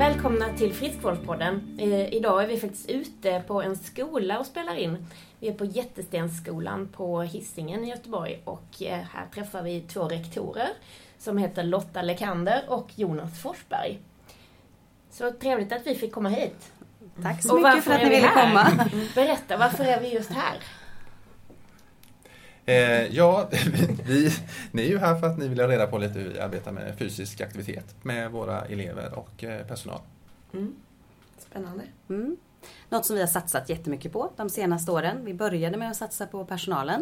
Välkomna till Friskvårdspodden. Idag är vi faktiskt ute på en skola och spelar in. Vi är på Jättestensskolan på Hisingen i Göteborg och här träffar vi 2 rektorer som heter Lotta Lekander och Jonas Forsberg. Så trevligt att vi fick komma hit. Tack så mycket för att ni ville komma. Berätta, varför är vi just här? Ni är ju här för att ni vill ha reda på lite hur vi arbetar med fysisk aktivitet med våra elever och personal. Spännande. Något som vi har satsat jättemycket på de senaste åren. Vi började med att satsa på personalen.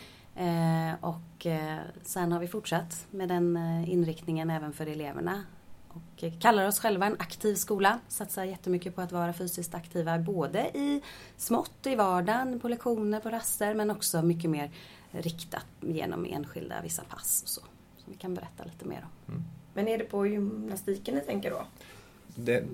Och sen har vi fortsatt med den inriktningen även för eleverna. Och kallar oss själva en aktiv skola. Satsar jättemycket på att vara fysiskt aktiva både i smått i vardagen, på lektioner, på raster. Men också mycket mer riktat genom enskilda vissa pass och så. Som vi kan berätta lite mer om. Men är det på gymnastiken ni tänker då? Det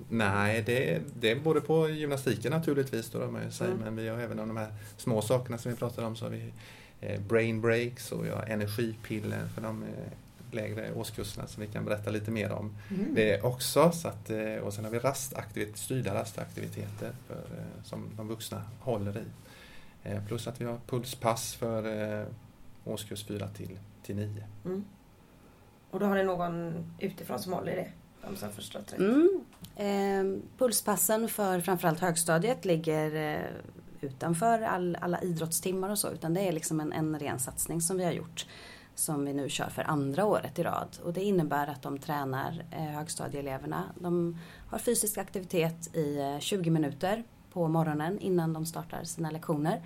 är både på gymnastiken naturligtvis då, men vi har även de här små sakerna som vi pratar om, så har vi brain breaks och vi har energipiller för de lägre årskurserna som vi kan berätta lite mer om. Det också, så att, och sen har vi styrda rastaktiviteter som de vuxna håller i. Plus att vi har pulspass för årskurs 4 till 9. Och då har ni någon utifrån som håller i det? De som förstått rätt. Pulspassen för framförallt högstadiet ligger utanför alla idrottstimmar och så. Utan det är liksom en ren satsning som vi har gjort. Som vi nu kör för andra året i rad. Och det innebär att de tränar högstadieeleverna. De har fysisk aktivitet i 20 minuter på morgonen innan de startar sina lektioner.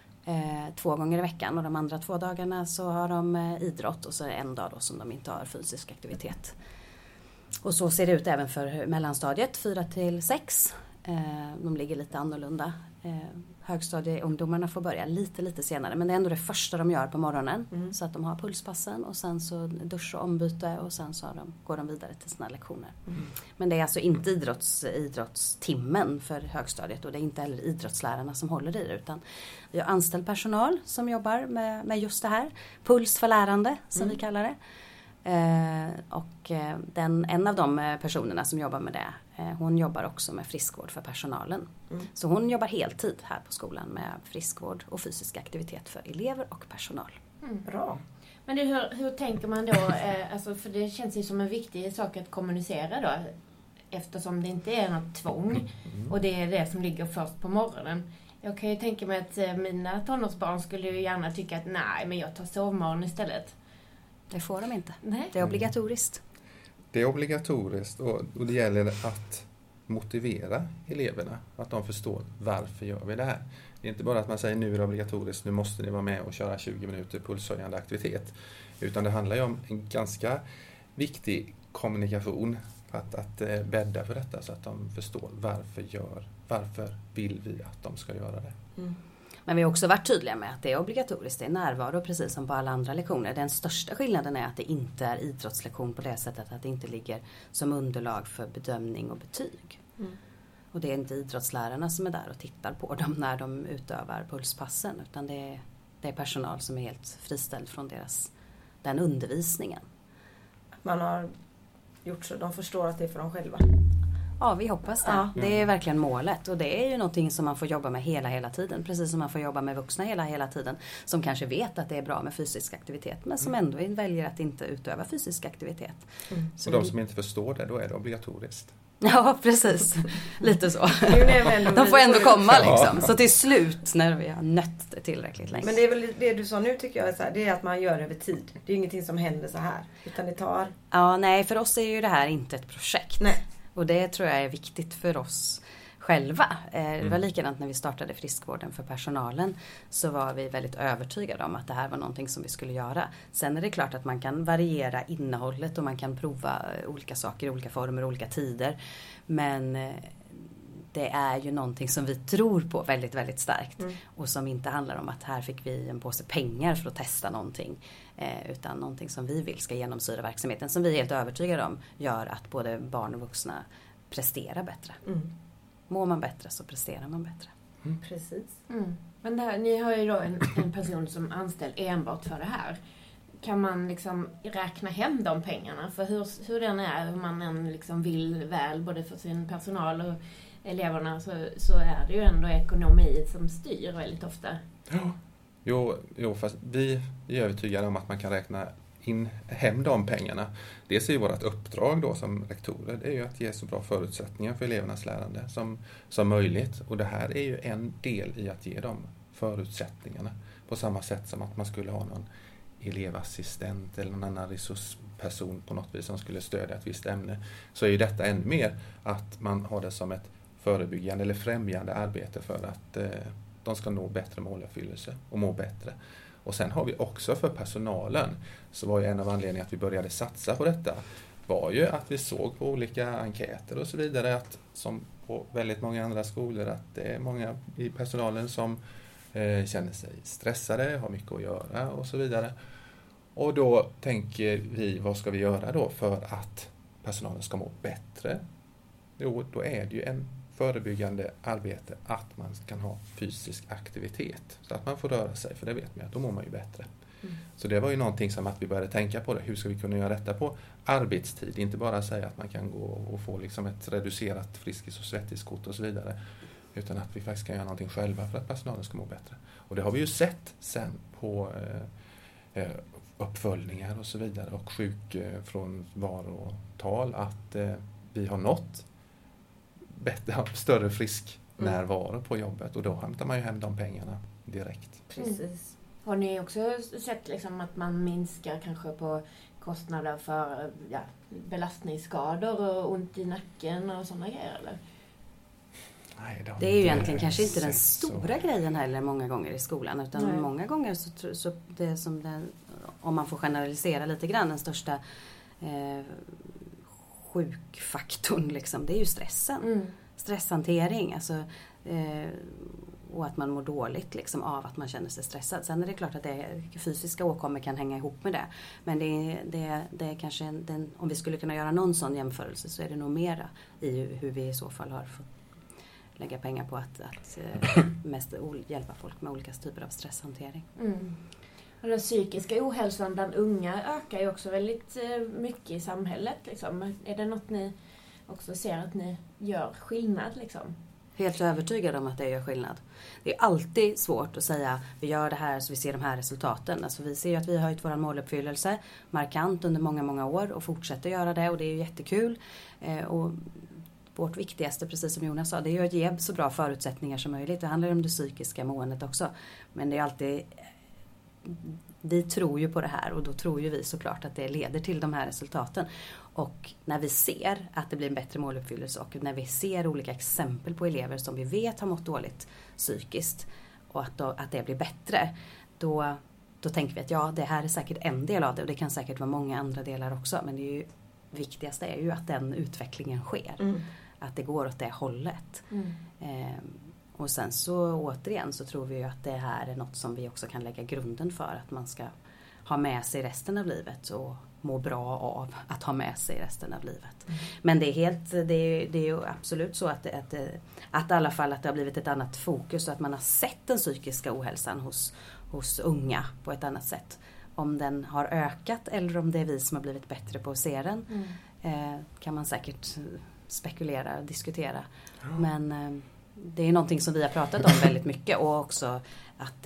2 gånger i veckan, och de andra 2 dagarna så har de idrott och så en dag då som de inte har fysisk aktivitet. Och så ser det ut även för mellanstadiet 4-6. De ligger lite annorlunda. Högstadieungdomarna får börja lite senare, men det är ändå det första de gör på morgonen. Så att de har pulspassen och sen så dusch och ombyte och sen så går de vidare till sina lektioner. Men det är alltså inte idrottstimmen för högstadiet, och det är inte heller idrottslärarna som håller i det, utan vi har anställd personal som jobbar med just det här. Puls för lärande som vi kallar det. Och en av de personerna som jobbar med det, hon jobbar också med friskvård för personalen. Så hon jobbar heltid här på skolan med friskvård och fysisk aktivitet för elever och personal. Bra. Men hur tänker man då? Alltså, för det känns ju som en viktig sak att kommunicera då. Eftersom det inte är något tvång. Och det är det som ligger först på morgonen. Jag kan ju tänka mig att mina tonårsbarn skulle ju gärna tycka att nej, men jag tar sovmorgon istället. Det får de inte. Nej. Det är obligatoriskt. Det är obligatoriskt, och det gäller att motivera eleverna. Att de förstår varför gör vi det här. Det är inte bara att man säger nu är det obligatoriskt, nu måste ni vara med och köra 20 minuter pulshöjande aktivitet. Utan det handlar ju om en ganska viktig kommunikation. Att bädda för detta så att de förstår varför vill vi att de ska göra det. Men vi har också varit tydliga med att det är obligatoriskt, det är närvaro precis som på alla andra lektioner. Den största skillnaden är att det inte är idrottslektion på det sättet att det inte ligger som underlag för bedömning och betyg. Och det är inte idrottslärarna som är där och tittar på dem när de utövar pulspassen, utan det är personal som är helt friställd från den undervisningen. Man har gjort så de förstår att det är för dem själva. Ja, vi hoppas det. Ja. Det är verkligen målet, och det är ju någonting som man får jobba med hela tiden. Precis som man får jobba med vuxna hela tiden. Som kanske vet att det är bra med fysisk aktivitet, men som ändå väljer att inte utöva fysisk aktivitet. Så de som inte förstår det, då är det obligatoriskt. Ja, precis. Lite så. De får ändå komma liksom. Så till slut, när vi har nött det tillräckligt länge. Men det är väl det du sa nu, tycker jag, så här, det är att man gör över tid. Det är ingenting som händer så här, utan det tar... Ja, nej, för oss är ju det här inte ett projekt. Nej. Och det tror jag är viktigt för oss själva. Det var likadant när vi startade friskvården för personalen, så var vi väldigt övertygade om att det här var någonting som vi skulle göra. Sen är det klart att man kan variera innehållet och man kan prova olika saker i olika former och olika tider. Men det är ju någonting som vi tror på väldigt, väldigt starkt. Och som inte handlar om att här fick vi en påse pengar för att testa någonting. Utan någonting som vi vill ska genomsyra verksamheten. Som vi är helt övertygade om gör att både barn och vuxna presterar bättre. Mår man bättre så presterar man bättre. Precis. Men ni har ju då en person som anställd enbart för det här. kan man liksom räkna hem de pengarna? För hur den är, hur man än liksom vill väl både för sin personal och eleverna, så är det ju ändå ekonomi som styr väldigt ofta. Ja. Jo, fast vi är övertygade om att man kan räkna hem de pengarna. Dels är ju vårt uppdrag då som rektorer, det är ju att ge så bra förutsättningar för elevernas lärande som möjligt. Och det här är ju en del i att ge dem förutsättningarna. På samma sätt som att man skulle ha någon elevassistent eller någon annan resursperson på något vis som skulle stödja ett visst ämne. Så är ju detta ännu mer att man har det som ett förebyggande eller främjande arbete för att de ska nå bättre måluppfyllelse och må bättre. Och sen har vi också för personalen, så var ju en av anledningarna att vi började satsa på detta var ju att vi såg på olika enkäter och så vidare att som på väldigt många andra skolor att det är många i personalen som känner sig stressade, har mycket att göra och så vidare. Och då tänker vi, vad ska vi göra då för att personalen ska må bättre? Jo, då är det ju en förebyggande arbete att man kan ha fysisk aktivitet. Så att man får röra sig, för det vet man att då mår man ju bättre. Så det var ju någonting som att vi började tänka på det. Hur ska vi kunna göra detta på arbetstid? Inte bara säga att man kan gå och få liksom ett reducerat Friskis- och Svettiskort och så vidare. Utan att vi faktiskt kan göra någonting själva för att personalen ska må bättre. Och det har vi ju sett sen på uppföljningar och så vidare och sjukfrånvarotal att vi har nått större frisk närvaro på jobbet och då hämtar man ju hem de pengarna direkt. Precis. Har ni också sett liksom att man minskar kanske på kostnader för belastningsskador och ont i nacken och sådana grejer eller? Nej, det är ju egentligen kanske inte den stora grejen heller många gånger i skolan utan många gånger så det som det, om man får generalisera lite grann, den största sjukfaktorn liksom, det är ju stressen. Stresshantering, alltså och att man mår dåligt liksom, av att man känner sig stressad. Sen är det klart att fysiska åkommor kan hänga ihop med det. Men det är kanske om vi skulle kunna göra någon sån jämförelse så är det nog mera i hur vi i så fall har fått lägga pengar på att mest hjälpa folk med olika typer av stresshantering. Och den psykiska ohälsan bland unga ökar ju också väldigt mycket i samhället. Liksom. Är det något ni också ser att ni gör skillnad? Liksom? Helt övertygad om att det gör skillnad. Det är alltid svårt att säga vi gör det här så vi ser de här resultaten. Alltså vi ser ju att vi har höjt vår måluppfyllelse markant under många, många år och fortsätter göra det och det är ju jättekul. Och vårt viktigaste, precis som Jonas sa, det är ju att ge så bra förutsättningar som möjligt. Det handlar om det psykiska måendet också. Men det är alltid, vi tror ju på det här och då tror ju vi såklart att det leder till de här resultaten. Och när vi ser att det blir en bättre måluppfyllelse och när vi ser olika exempel på elever som vi vet har mått dåligt psykiskt och att det blir bättre, då tänker vi att det här är säkert en del av det och det kan säkert vara många andra delar också. Men det viktigaste är ju att den utvecklingen sker. Att det går åt det hållet. Och sen så återigen så tror vi ju att det här är något som vi också kan lägga grunden för att man ska ha med sig resten av livet och må bra av att ha med sig resten av livet. Men det är ju absolut så att i alla fall att det har blivit ett annat fokus och att man har sett den psykiska ohälsan hos unga på ett annat sätt. Om den har ökat eller om det är vi som har blivit bättre på att se den kan man säkert spekulera och diskutera. Men det är någonting som vi har pratat om väldigt mycket och också att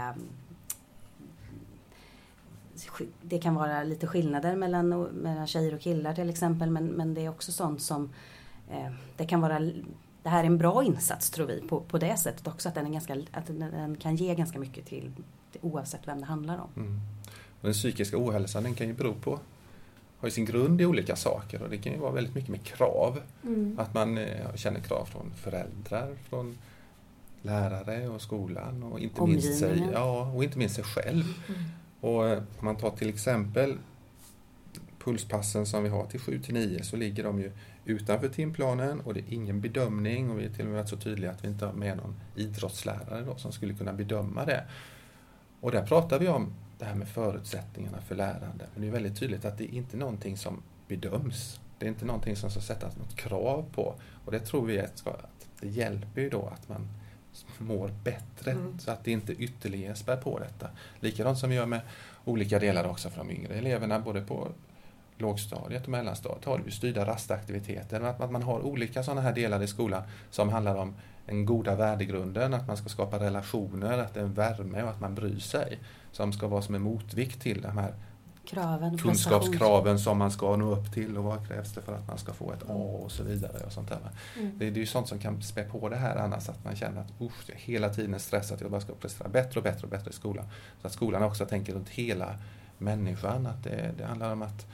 det kan vara lite skillnader mellan tjejer och killar till exempel, men det är också sånt som det här är en bra insats tror vi på det sättet också att den kan ge ganska mycket till oavsett vem det handlar om. Den psykiska ohälsan den kan ju bero på har ju sin grund i olika saker och det kan ju vara väldigt mycket med krav. Att man känner krav från föräldrar, från lärare och skolan och inte minst sig själv. Och om man tar till exempel pulspassen som vi har till 7-9 så ligger de ju utanför timplanen och det är ingen bedömning och vi är till och med så tydliga att vi inte har med någon idrottslärare då, som skulle kunna bedöma det. Och där pratar vi om det här med förutsättningarna för lärande. Men det är väldigt tydligt att det är inte någonting som bedöms. Det är inte någonting som ska sättas något krav på. Och det tror vi att det hjälper ju då att man mår bättre så att det inte ytterligare spär på detta. Likadant som vi gör med olika delar också för de yngre eleverna, både på lågstadiet och mellanstadiet har vi styrda rastaktiviteter. Att man har olika sådana här delar i skolan som handlar om den goda värdegrunden, att man ska skapa relationer, att det är en värme och att man bryr sig, som ska vara som en motvikt till de här kunskapskraven som man ska nå upp till och vad krävs det för att man ska få ett A och så vidare och sånt där. Det är ju sånt som kan spä på det här, annars att man känner att jag är hela tiden stressad att jag bara ska prestera bättre och bättre och bättre i skolan. Så att skolan också tänker runt hela människan, att det handlar om att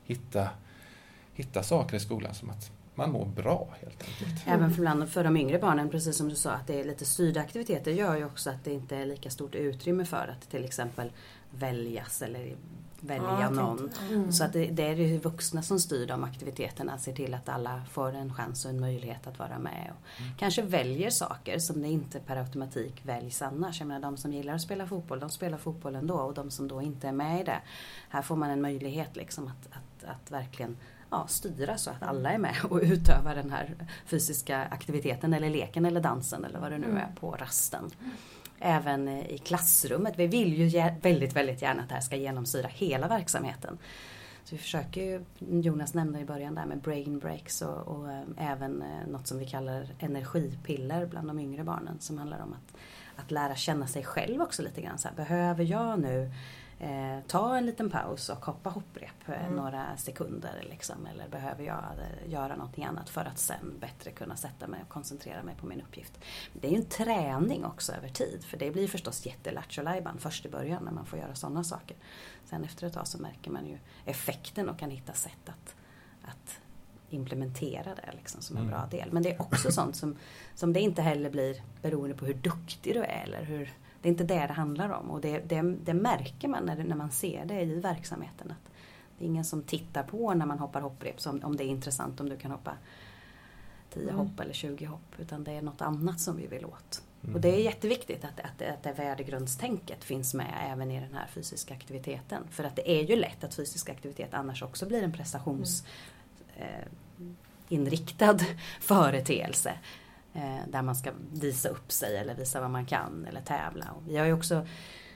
hitta saker i skolan som att man mår bra helt enkelt. Även för de yngre barnen, precis som du sa, att det är lite styrda aktiviteter gör ju också att det inte är lika stort utrymme för att till exempel väljas eller välja någon. Så att det är ju vuxna som styr de aktiviteterna, ser till att alla får en chans och en möjlighet att vara med och kanske väljer saker som det inte per automatik väljs annars. Jag menar, de som gillar att spela fotboll, de spelar fotboll ändå, och de som då inte är med i det, här får man en möjlighet liksom att verkligen styra så att alla är med och utövar den här fysiska aktiviteten eller leken eller dansen eller vad det nu är på rasten. Även i klassrummet. Vi vill ju väldigt, väldigt gärna att det här ska genomsyra hela verksamheten. Så vi försöker ju, Jonas nämnde i början där med brain breaks och även något som vi kallar energipiller bland de yngre barnen, som handlar om att lära känna sig själv också lite grann. Så här, behöver jag nu ta en liten paus och hoppa hopprep några sekunder liksom, eller behöver jag göra någonting annat för att sen bättre kunna sätta mig och koncentrera mig på min uppgift. Det är ju en träning också över tid, för det blir förstås jättelattjo lajban först i början när man får göra sådana saker. Sen efter ett tag så märker man ju effekten och kan hitta sätt att implementera det liksom som en bra del. Men det är också sånt som det inte heller blir beroende på hur duktig du är eller hur. Det är inte det handlar om, och det märker man när man ser det i verksamheten, att det är ingen som tittar på när man hoppar hopprep som om det är intressant om du kan hoppa 10 hopp eller 20 hopp, utan det är något annat som vi vill åt. Och det är jätteviktigt att det värdegrundstänket finns med även i den här fysiska aktiviteten, för att det är ju lätt att fysisk aktivitet annars också blir en prestationsinriktad företeelse. Där man ska visa upp sig eller visa vad man kan eller tävla. Och vi har ju också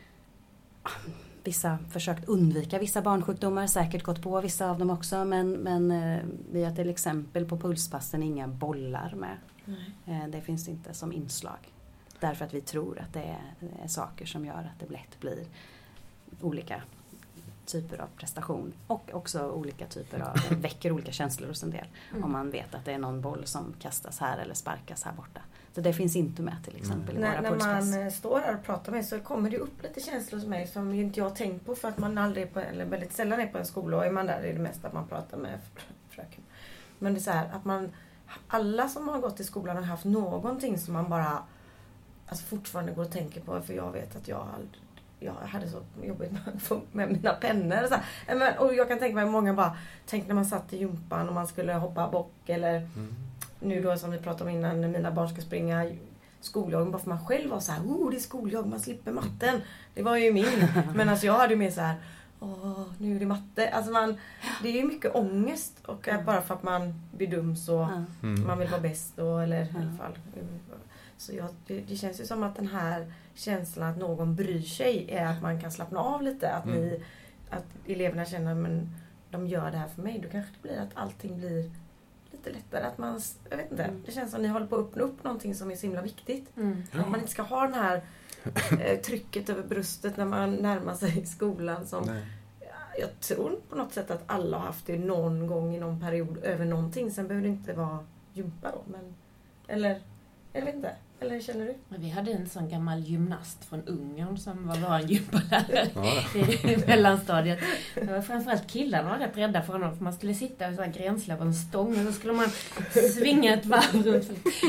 försökt undvika vissa barnsjukdomar, säkert gått på vissa av dem också, men vi har till exempel på pulspassen inga bollar med. Det finns inte som inslag. Därför att vi tror att det är saker som gör att det lätt blir olika typer av prestation och också olika typer av väcker olika känslor hos en del. Om man vet att det är någon boll som kastas här eller sparkas här borta. Så det finns inte med till exempel i våra pulspass. När man står här och pratar med så kommer det upp lite känslor hos mig som inte jag har tänkt på, för att man aldrig eller väldigt sällan är på en skola, och är man där är det mest att man pratar med fröken. Men det är så här att alla som har gått i skolan har haft någonting som man bara fortfarande går och tänker på, för jag vet att jag hade så jobbigt med mina pennor. Och jag kan tänka mig många bara, tänk när man satt i jumpan och man skulle hoppa bock, eller nu då som vi pratade om innan, när mina barn ska springa skoljogg, bara för man själv var så här, det är skoljogg, man slipper matten. Det var ju min. Men jag hade ju mer så här, nu är det matte. Det är ju mycket ångest, och bara för att man blir dum så man vill vara bäst då, eller i alla fall. Så det känns ju som att den här känslan att någon bryr sig är att man kan slappna av lite. Att eleverna känner, men de gör det här för mig. Då kanske det blir att allting blir lite lättare. Att man, jag vet inte, det känns som att ni håller på att öppna upp någonting som är så himla viktigt. Att man inte ska ha den här trycket över bröstet när man närmar sig skolan. Jag tror på något sätt att alla har haft det någon gång i någon period över någonting. Sen behöver det inte vara gympa då. Men, eller jag vet inte. Eller känner du? Vi hade en sån gammal gymnast från Ungern som var vår gympalärare i mellanstadiet. Det var framförallt killarna var rätt rädda för honom, för man skulle sitta och gränsla på en stång och så skulle man svinga ett varv runt.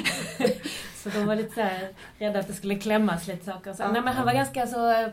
Så de var lite så här rädda att det skulle klämmas lite saker. Så. Nej, men han var ganska så,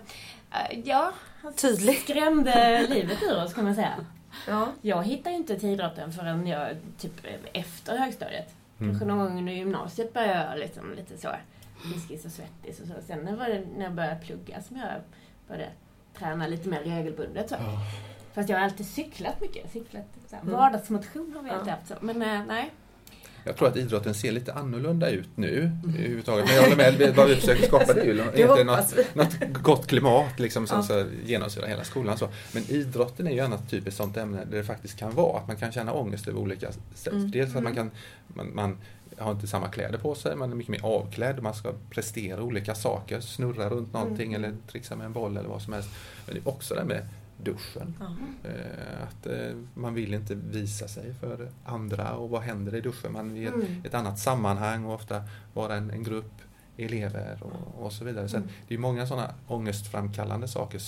han tydlig. Skrämde livet ur oss, kan man säga. Ja. Jag hittade inte till idrotten förrän jag efter högstadiet. Kanske någon gång under gymnasiet började jag lite så fiskis och svettis och så. Sen var det när jag började plugga som jag började träna lite mer regelbundet så. Fast jag har alltid cyklat mycket. Vardagsmotion har vi alltid haft så. Men nej. Jag tror att idrotten ser lite annorlunda ut nu överhuvudtaget. Men jag håller med, vad vi försöker skapa det är ju inte något gott klimat liksom, som så genomsyrar hela skolan. Så. Men idrotten är ju annat typiskt sånt ämne där det faktiskt kan vara att man kan känna ångest över olika sätt. Dels att man har inte samma kläder på sig, man är mycket mer avklädd, man ska prestera olika saker, snurra runt någonting eller trixa med en boll eller vad som helst. Men det är också det med duschen. Att man vill inte visa sig för andra och vad händer i duschen. Man vill ett annat sammanhang och ofta vara en grupp elever och så vidare. Sen, det är många sådana ångestframkallande saker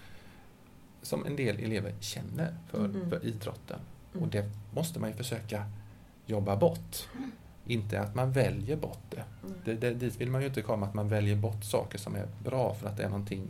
som en del elever känner för idrotten. Och det måste man ju försöka jobba bort. Inte att man väljer bort det. Dit vill man ju inte komma att man väljer bort saker som är bra för att det är någonting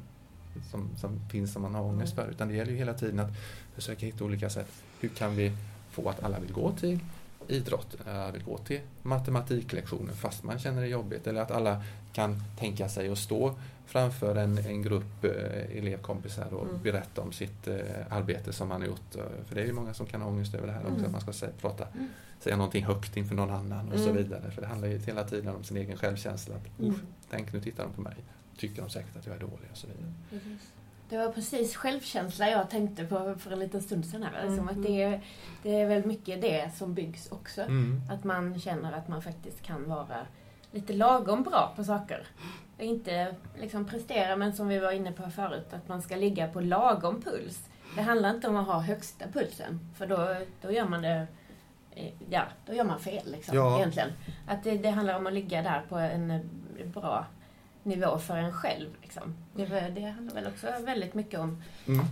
som finns som man har ångest för. Utan det gäller ju hela tiden att försöka hitta olika sätt. Hur kan vi få att alla vill gå till idrott, alla vill gå till matematiklektioner fast man känner det jobbigt. Eller att alla kan tänka sig att stå framför en grupp elevkompisar och berätta om sitt arbete som man har gjort. För det är ju många som kan ha ångest över det här också. Att man ska säga någonting högt inför någon annan och så vidare. För det handlar ju hela tiden om sin egen självkänsla. Att, tänk, nu tittar de på mig. Tycker de säkert att jag är dålig och så vidare. Det var precis självkänsla jag tänkte på för en liten stund sedan här. Som att det är väldigt mycket det som byggs också. Att man känner att man faktiskt kan vara lite lagom bra på saker. Och inte liksom prestera, men som vi var inne på förut, att man ska ligga på lagom puls. Det handlar inte om att ha högsta pulsen. För då gör man det... Ja, då gör man fel liksom, egentligen. Att det handlar om att ligga där på en bra nivå för en själv. Liksom. Det handlar väl också väldigt mycket om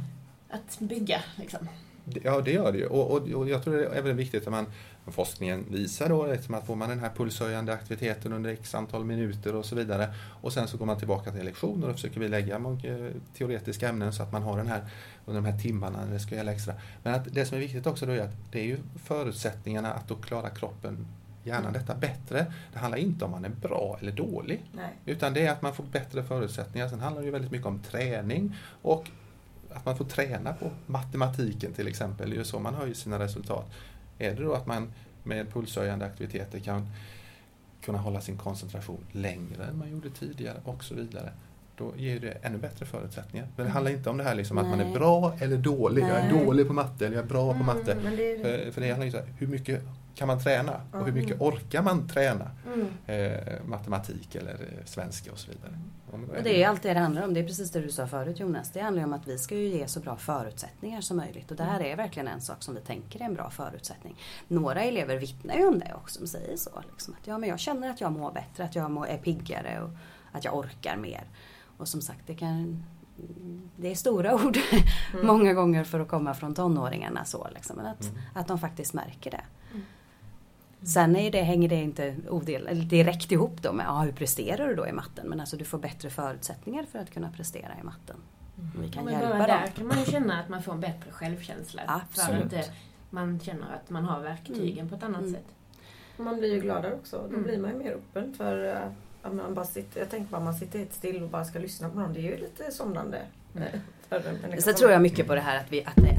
att bygga. Liksom. Ja, det gör det ju. Och jag tror det är väldigt viktigt att forskningen visar då liksom att får man den här pulshöjande aktiviteten under x antal minuter och så vidare. Och sen så går man tillbaka till lektioner och försöker vi lägga teoretiska ämnen så att man har den här under de här timmarna när det ska gälla extra. Men att det som är viktigt också då är att det är ju förutsättningarna att då klara kroppen gärna detta bättre. Det handlar inte om man är bra eller dålig. Nej. Utan det är att man får bättre förutsättningar. Sen handlar det ju väldigt mycket om träning och att man får träna på matematiken till exempel. Det är ju så man höjer sina resultat. Är det då att man med pulshöjande aktiviteter kan kunna hålla sin koncentration längre än man gjorde tidigare och så vidare. Då ger det ännu bättre förutsättningar. Men det handlar inte om det här liksom att man är bra eller dålig. Jag är dålig på matte eller jag är bra på matte. För det handlar ju så här, hur mycket kan man träna? Och hur mycket orkar man träna? Matematik eller svenska och så vidare. Och det är allt det handlar om. Det är precis det du sa förut, Jonas. Det handlar om att vi ska ju ge så bra förutsättningar som möjligt. Och det här är verkligen en sak som vi tänker är en bra förutsättning. Några elever vittnar ju om det också. De säger så. Liksom, att men jag känner att jag mår bättre. Att jag är piggare och att jag orkar mer. Och som sagt, det är stora ord många gånger för att komma från tonåringarna. Så, liksom, att de faktiskt märker det. Sen hänger det inte direkt ihop då med hur presterar du då i matten. Men alltså du får bättre förutsättningar för att kunna prestera i matten. Vi kan hjälpa dem. Där kan man ju känna att man får en bättre självkänsla. Absolut. För att man känner att man har verktygen på ett annat sätt. Man blir ju gladare också. Då blir man ju mer öppen för att man bara sitter. Jag tänker bara man sitter helt still och bara ska lyssna på någon. Det är ju lite somnande. Så tror jag mycket på det här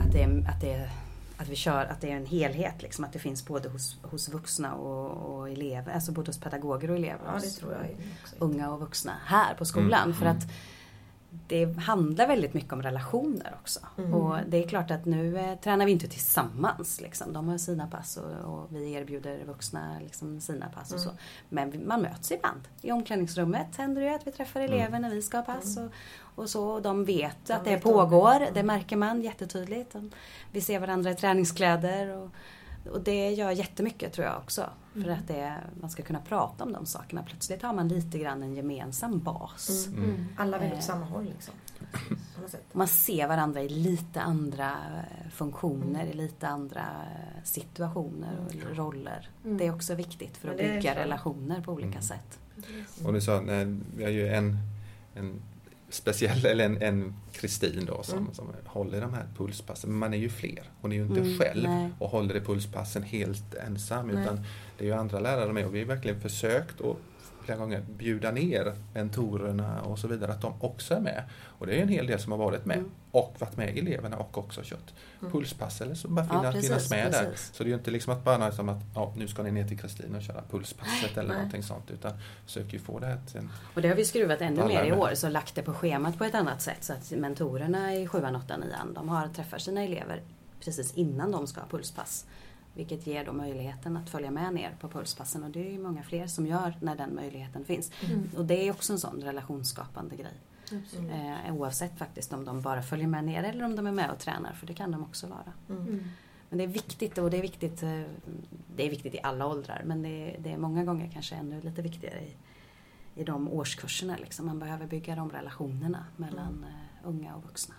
att det är en helhet liksom, att det finns både hos vuxna och elever, alltså både hos pedagoger och elever. Ja, det tror jag också. Unga och vuxna här på skolan för att det handlar väldigt mycket om relationer också. Och det är klart att nu tränar vi inte tillsammans liksom. De har sina pass och vi erbjuder vuxna liksom sina pass och så. Men man möts ibland. I omklädningsrummet händer det att vi träffar elever när vi ska ha pass och så. Och de vet att det pågår. Det märker man jättetydligt. Vi ser varandra i träningskläder och det gör jättemycket tror jag också. För att man ska kunna prata om de sakerna. Plötsligt har man lite grann en gemensam bas. Alla vill åt samma håll liksom. Man ser varandra i lite andra funktioner, i lite andra situationer och roller. Det är också viktigt för att bygga relationer på olika sätt. Och du sa, vi har ju en speciell, eller en Kristin då som håller de här pulspassen. Men man är ju fler. Hon är ju inte själv och håller i pulspassen helt ensam. Utan det är ju andra lärare med. Och vi har verkligen försökt att flera gånger, bjuda ner mentorerna och så vidare, att de också är med. Och det är en hel del som har varit med och varit med eleverna och också kört pulspass eller så bara finnas med där. Så det är ju inte liksom att bara som att nu ska ni ner till Kristina och köra pulspasset eller någonting sånt, utan försöker ju få det här till och det har vi skruvat ännu mer i år, så lagt det på schemat på ett annat sätt, så att mentorerna i 7, 8, 9 de har träffat sina elever precis innan de ska ha pulspass. Vilket ger då möjligheten att följa med ner på pulspassen, och det är ju många fler som gör när den möjligheten finns. Och det är också en sån relationsskapande grej. Oavsett faktiskt om de bara följer med ner eller om de är med och tränar, för det kan de också vara. Men det är viktigt, och det är viktigt i alla åldrar, men det är många gånger kanske ännu lite viktigare i de årskurserna. Liksom. Man behöver bygga de relationerna mellan unga och vuxna.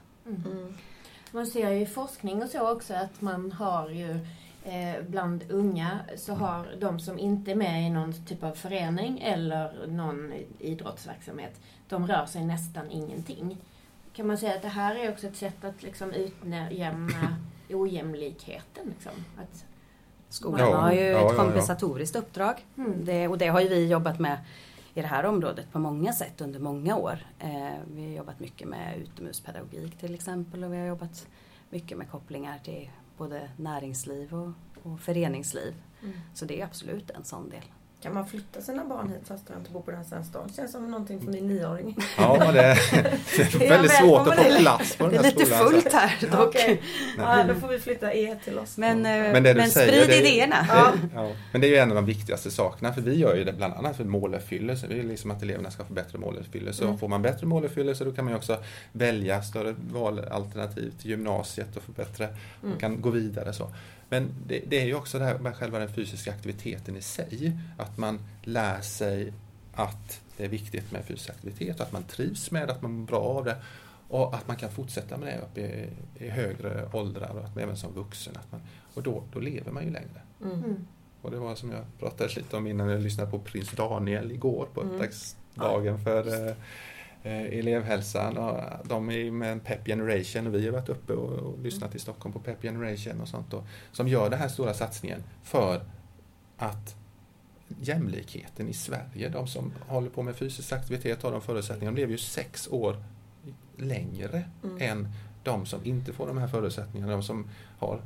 Man ser ju i forskning och så också att man har ju bland unga så har de som inte är med i någon typ av förening eller någon idrottsverksamhet, de rör sig nästan ingenting. Kan man säga att det här är också ett sätt att liksom utjämna ojämlikheten? Liksom? Att skolan har ju ett kompensatoriskt uppdrag. Och det har ju vi jobbat med i det här området på många sätt under många år. Vi har jobbat mycket med utomhuspedagogik till exempel, och vi har jobbat mycket med kopplingar till både näringsliv och föreningsliv. Så det är absolut en sån del. Kan man flytta sina barn hit fast de inte bor på den här stan? Det känns som någonting för min 9-åring. Ja, det är väldigt svårt att få plats på den här skolan. Det är lite fullt här dock. Okej. Ja, då får vi flytta till oss. Men sprid idéerna. Men det är ju en av de viktigaste sakerna, för vi gör ju det bland annat för måluppfyllelse. Vi vill liksom att eleverna ska få bättre måluppfyllelse. Och får man bättre måluppfyllelse, då kan man ju också välja större valalternativ till gymnasiet och få bättre, man kan gå vidare så. Men det är ju också det här med själva den fysiska aktiviteten i sig. Att man lär sig att det är viktigt med fysisk aktivitet. Att man trivs med, att man mår bra av det. Och att man kan fortsätta med det upp i högre åldrar. Och att man, även som vuxen. Och då lever man ju längre. Och det var som jag pratade lite om innan jag lyssnade på prins Daniel igår. På upptäcktsdagen för elevhälsan, och de är med en Pep Generation, och vi har varit uppe och lyssnat i Stockholm på Pep Generation och sånt då, som gör den här stora satsningen för att jämlikheten i Sverige, de som håller på med fysisk aktivitet har de förutsättningarna, de lever ju 6 år längre än de som inte får de här förutsättningarna, de som har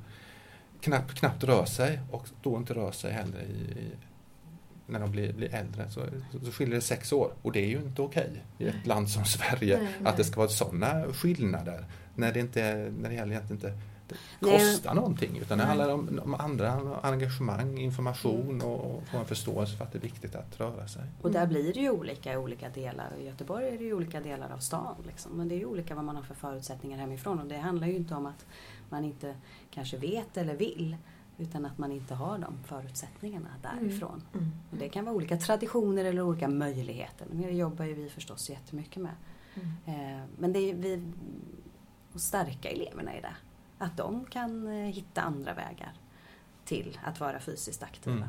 knappt rör sig och då inte rör sig heller när de blir äldre, så skiljer det 6 år. Och det är ju inte okej i ett land som Sverige att det ska vara sådana skillnader när det egentligen inte kostar någonting, utan det handlar om andra engagemang, information och få en förståelse för att det är viktigt att röra sig. Och där blir det ju olika delar. I Göteborg är det ju olika delar av stan liksom. Men det är ju olika vad man har för förutsättningar hemifrån, och det handlar ju inte om att man inte kanske vet eller vill, utan att man inte har de förutsättningarna därifrån. Och det kan vara olika traditioner eller olika möjligheter. Men det jobbar ju vi förstås jättemycket med. Men det är vi att stärka eleverna i det. Att de kan hitta andra vägar till att vara fysiskt aktiva.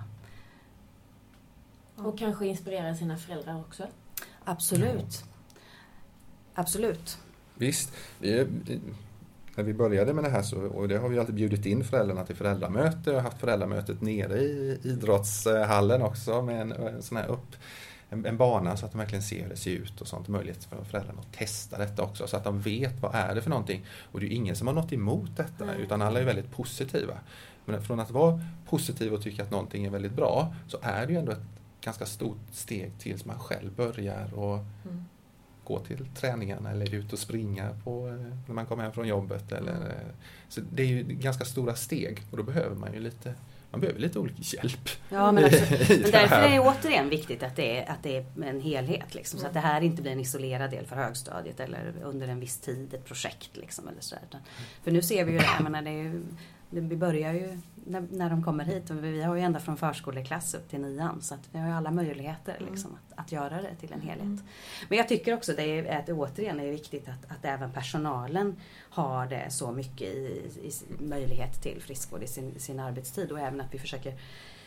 Och kanske inspirera sina föräldrar också. Absolut. Absolut. Visst. När vi började med det här och det har vi alltid bjudit in föräldrarna till föräldramöte och haft föräldramötet nere i idrottshallen också med en sån här en bana så att de verkligen ser hur det ser ut och sånt, möjlighet för föräldrarna att testa detta också så att de vet vad är det för någonting, och det är ju ingen som har något emot detta utan alla är väldigt positiva. Men från att vara positiv och tycka att någonting är väldigt bra, så är det ju ändå ett ganska stort steg tills man själv börjar och gå till träningarna eller ut och springa när man kommer hem från jobbet. Så det är ju ganska stora steg, och då behöver man ju lite olika hjälp. Ja, men därför är det återigen viktigt att det är en helhet. Liksom, så att det här inte blir en isolerad del för högstadiet eller under en viss tid, ett projekt. Liksom, eller så där. För nu ser vi ju vi börjar ju när de kommer hit, och vi har ju ända från förskoleklass upp till 9:an, så att vi har ju alla möjligheter liksom, att göra det till en helhet. Men jag tycker också att det återigen är viktigt att även personalen har det så mycket i möjlighet till friskvård i sin arbetstid, och även att vi försöker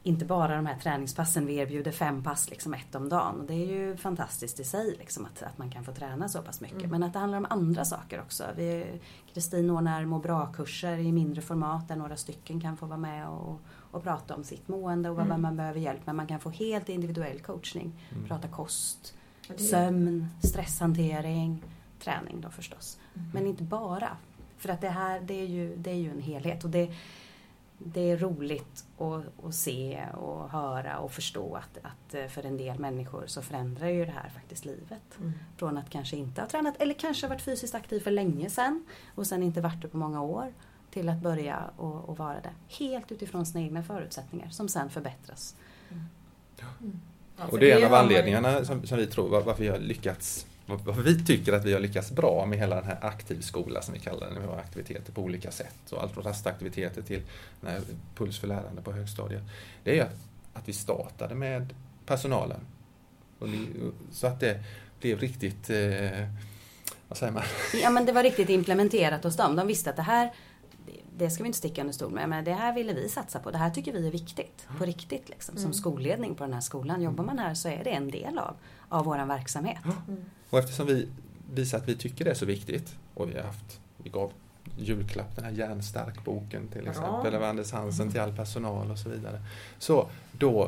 inte bara de här träningspassen, vi erbjuder 5 pass liksom 1 om dagen. Och det är ju fantastiskt i sig liksom, att man kan få träna så pass mycket. Men att det handlar om andra saker också. Kristin ordnar må bra-kurser i mindre format där några stycken kan få vara med och prata om sitt mående och vad man behöver hjälp med. Man kan få helt individuell coachning. Prata kost, sömn, stresshantering, träning då förstås. Men inte bara. För att det här, det är ju en helhet. Och det är roligt att se och höra och förstå att för en del människor så förändrar ju det här faktiskt livet. Från att kanske inte ha tränat eller kanske varit fysiskt aktiv för länge sedan och sen inte varit det på många år till att börja och vara det. Helt utifrån sina egna förutsättningar som sen förbättras. Och det är en av anledningarna som vi tror varför vi har lyckats. Varför vi tycker att vi har lyckats bra med hela den här aktiv skola som vi kallar den. Vi har aktiviteter på olika sätt. Och allt från rastaktiviteter till den här puls för lärande på högstadiet. Det är ju att vi startade med personalen. Så att det blev riktigt, vad säger man? Ja, men det var riktigt implementerat hos dem. De visste att det ska vi inte sticka under stol med. Men det här ville vi satsa på. Det här tycker vi är viktigt. På riktigt liksom. Som skolledning på den här skolan. Jobbar man här så är det en del av vår verksamhet. Och eftersom vi visar att vi tycker det är så viktigt. Och vi gav julklapp, den här Hjärnstark boken till exempel. Eller Anders Hansen till all personal och så vidare. Så då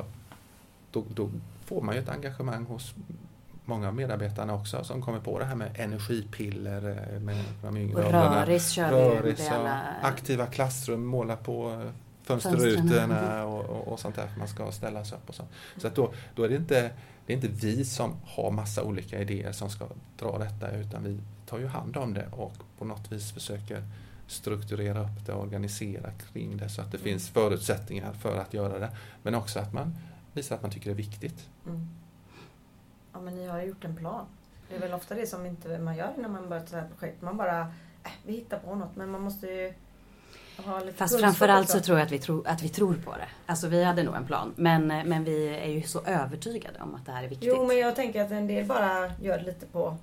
får man ju ett engagemang hos många av medarbetarna också som kommer på det här med energipiller med de yngre åldrarna. Röris aktiva klassrum, måla på fönsterrutorna och sånt där för man ska ställa sig upp och så. Så att då är det inte vi som har massa olika idéer som ska dra detta utan vi tar ju hand om det och på något vis försöker strukturera upp det och organisera kring det så att det finns förutsättningar för att göra det. Men också att man visar att man tycker det är viktigt. Ja, men ni har gjort en plan. Det är väl ofta det som inte man gör när man börjar ett sådant här projekt. Man bara, vi hittar på något, men man måste ju ha lite. Fast framförallt så tror jag att vi tror på det. Alltså vi hade nog en plan, men vi är ju så övertygade om att det här är viktigt. Jo, men jag tänker att en del bara gör lite på.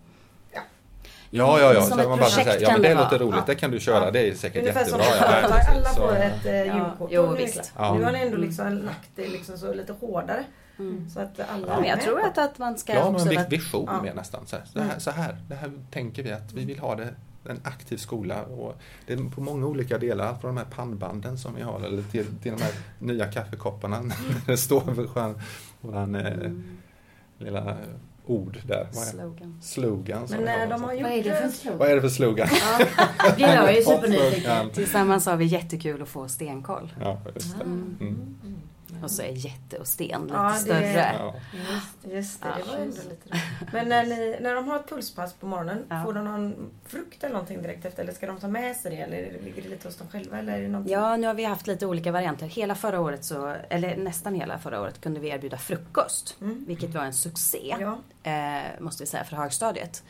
Ja. Så man bara säger, men det låter roligt, det kan du köra, det är säkert ungefär jättebra. Som alla får ett gymkort. Jo, visst. Nu har ni ändå liksom lagt det liksom så lite hårdare. Så att alla men jag tror att man ska ha också en vision med nästan. Så här tänker vi att vi vill ha det, en aktiv skola. Och det är på många olika delar, från de här pannbanden som vi har eller till de här nya kaffekopparna. Det står för våran lilla ord där. Slogan. Men när de har gjort vad är det för slogan? Det är jag ju supernyfiken. Tillsammans har vi jättekul att få stenkoll. Ja, just det. Och så är jätte och sten lite större. Ja. Just det, det var ändå lite. Men när de har ett pulspass på morgonen, får de någon frukt eller någonting direkt efter? Eller ska de ta med sig det? Eller ligger det lite hos dem själva? Eller är det någonting? Ja, nu har vi haft lite olika varianter. Nästan hela förra året kunde vi erbjuda frukost. Vilket var en succé, måste vi säga, för högstadiet.